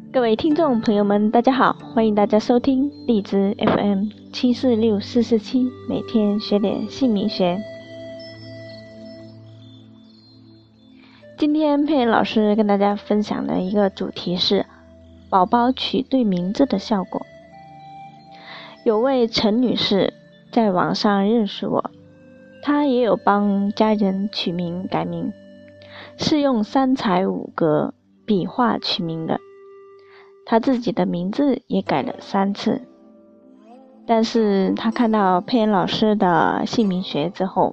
各位听众朋友们，大家好，欢迎大家收听荔枝 FM746447，每天学点姓名学。今天佩老师跟大家分享的一个主题是宝宝取对名字的效果。有位陈女士在网上认识我，她也有帮家人取名改名，是用3彩5格笔画取名的。他自己的名字也改了3次，但是他看到佩恩老师的姓名学之后，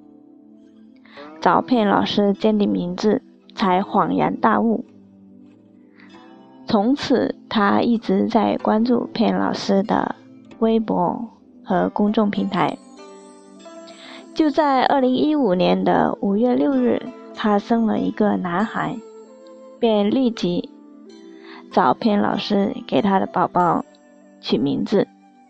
找佩恩老师鉴定名字才恍然大悟。从此他一直在关注佩恩老师的微博和公众平台。就在2015年的5月6日，他生了一个男孩，便立即找佩恩老师给他的宝宝取名字。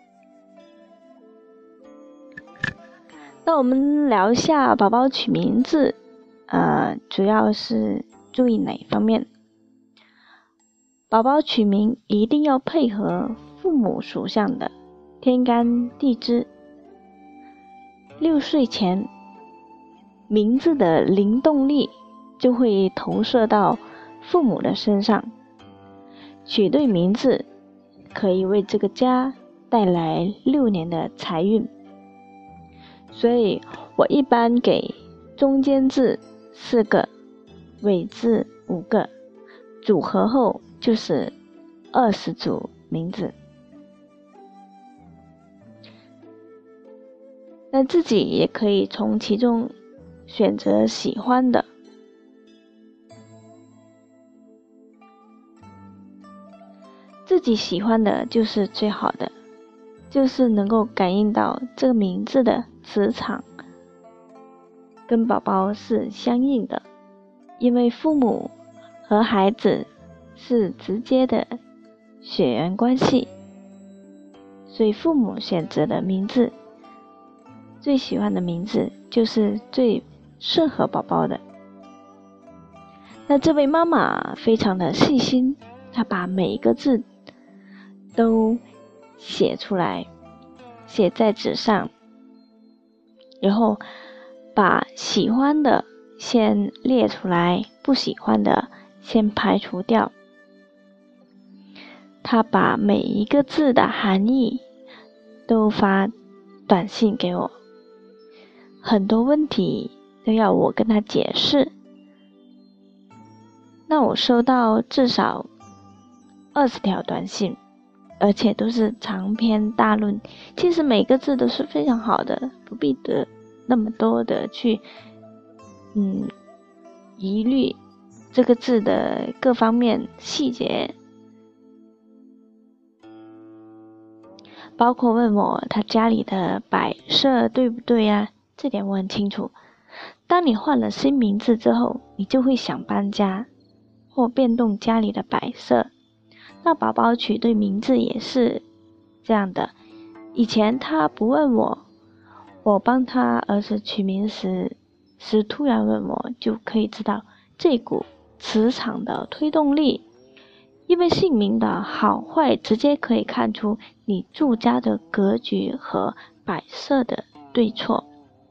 那我们聊一下宝宝取名字，主要是注意哪方面？宝宝取名一定要配合父母属相的天干地支。6岁前，名字的灵动力就会投射到父母的身上。取对名字可以为这个家带来6年的财运，所以我一般给中间字4个，尾字5个，组合后就是20组名字。那自己也可以从其中选择喜欢的。自己喜欢的就是最好的，就是能够感应到这个名字的磁场跟宝宝是相应的，因为父母和孩子是直接的血缘关系，所以父母选择的名字，最喜欢的名字就是最适合宝宝的。那这位妈妈非常的细心，她把每一个字都写出来，写在纸上，然后把喜欢的先列出来，不喜欢的先排除掉。他把每一个字的含义都发短信给我，很多问题都要我跟他解释。那我收到至少20条短信，而且都是长篇大论，其实每个字都是非常好的，不必得那么多的去疑虑这个字的各方面细节，包括问我他家里的摆设对不对啊，这点我很清楚。当你换了新名字之后，你就会想搬家或变动家里的摆设。那宝宝取对名字也是这样的，以前他不问我，我帮他儿子取名时突然问我，就可以知道这股磁场的推动力。因为姓名的好坏直接可以看出你住家的格局和摆设的对错。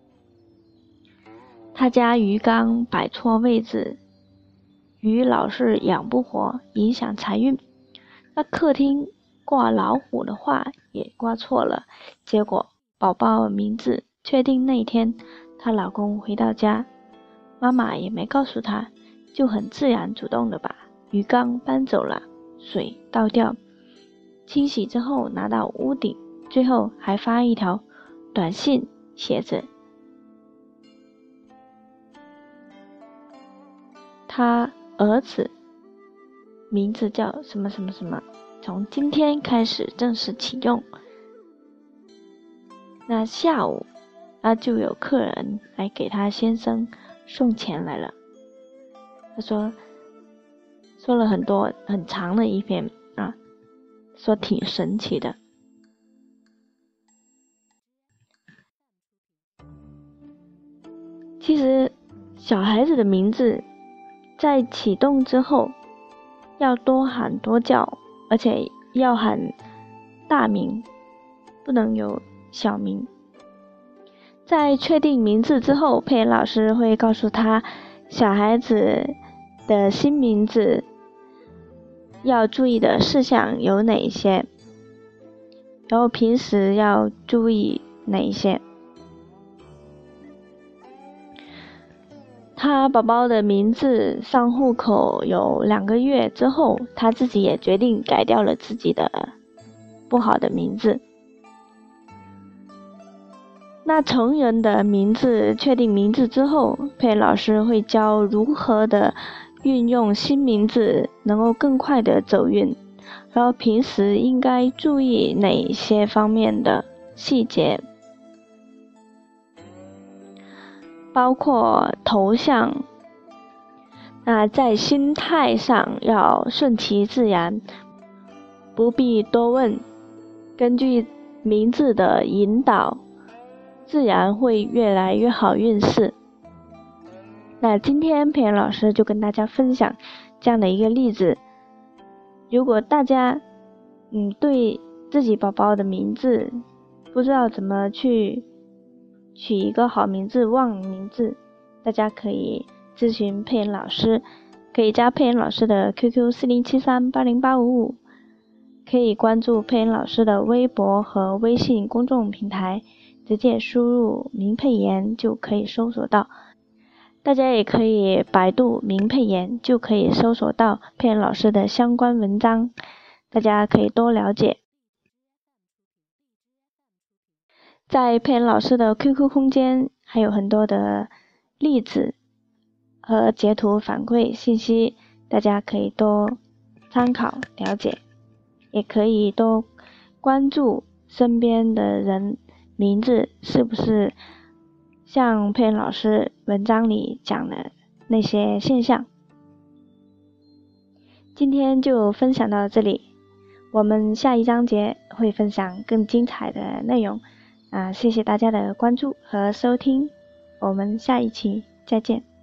他家鱼缸摆错位置，鱼老是养不活，影响财运。那客厅挂老虎的画也挂错了，结果宝宝名字确定那天她老公回到家，妈妈也没告诉她，就很自然主动的把鱼缸搬走了，水倒掉，清洗之后拿到屋顶，最后还发一条短信，写着他儿子名字叫什么什么什么，从今天开始正式启用。那下午就有客人来给他先生送钱来了，他说了很多很长的一篇说挺神奇的。其实小孩子的名字在启动之后要多喊多叫，而且要喊大名，不能有小名。在确定名字之后，佩恩老师会告诉他小孩子的新名字要注意的事项有哪一些，然后平时要注意哪一些。他宝宝的名字上户口有2个月之后，他自己也决定改掉了自己的不好的名字。那成人的名字确定名字之后，佩恩老师会教如何的运用新名字能够更快的走运，然后平时应该注意哪些方面的细节，包括头像。那在心态上要顺其自然，不必多问，根据名字的引导，自然会越来越好运势。那今天佩恩老师就跟大家分享这样的一个例子。如果大家对自己宝宝的名字不知道怎么去取一个好名字、旺名字，大家可以咨询佩恩老师，可以加佩恩老师的 QQ 4073808555，可以关注佩恩老师的微博和微信公众平台，直接输入明佩妍就可以搜索到。大家也可以百度明佩妍，就可以搜索到佩恩老师的相关文章，大家可以多了解。在佩恩老师的 QQ 空间还有很多的例子和截图反馈信息，大家可以多参考了解，也可以多关注身边的人名字是不是像佩恩老师文章里讲的那些现象。今天就分享到这里，我们下一章节会分享更精彩的内容。谢谢大家的关注和收听，我们下一期再见。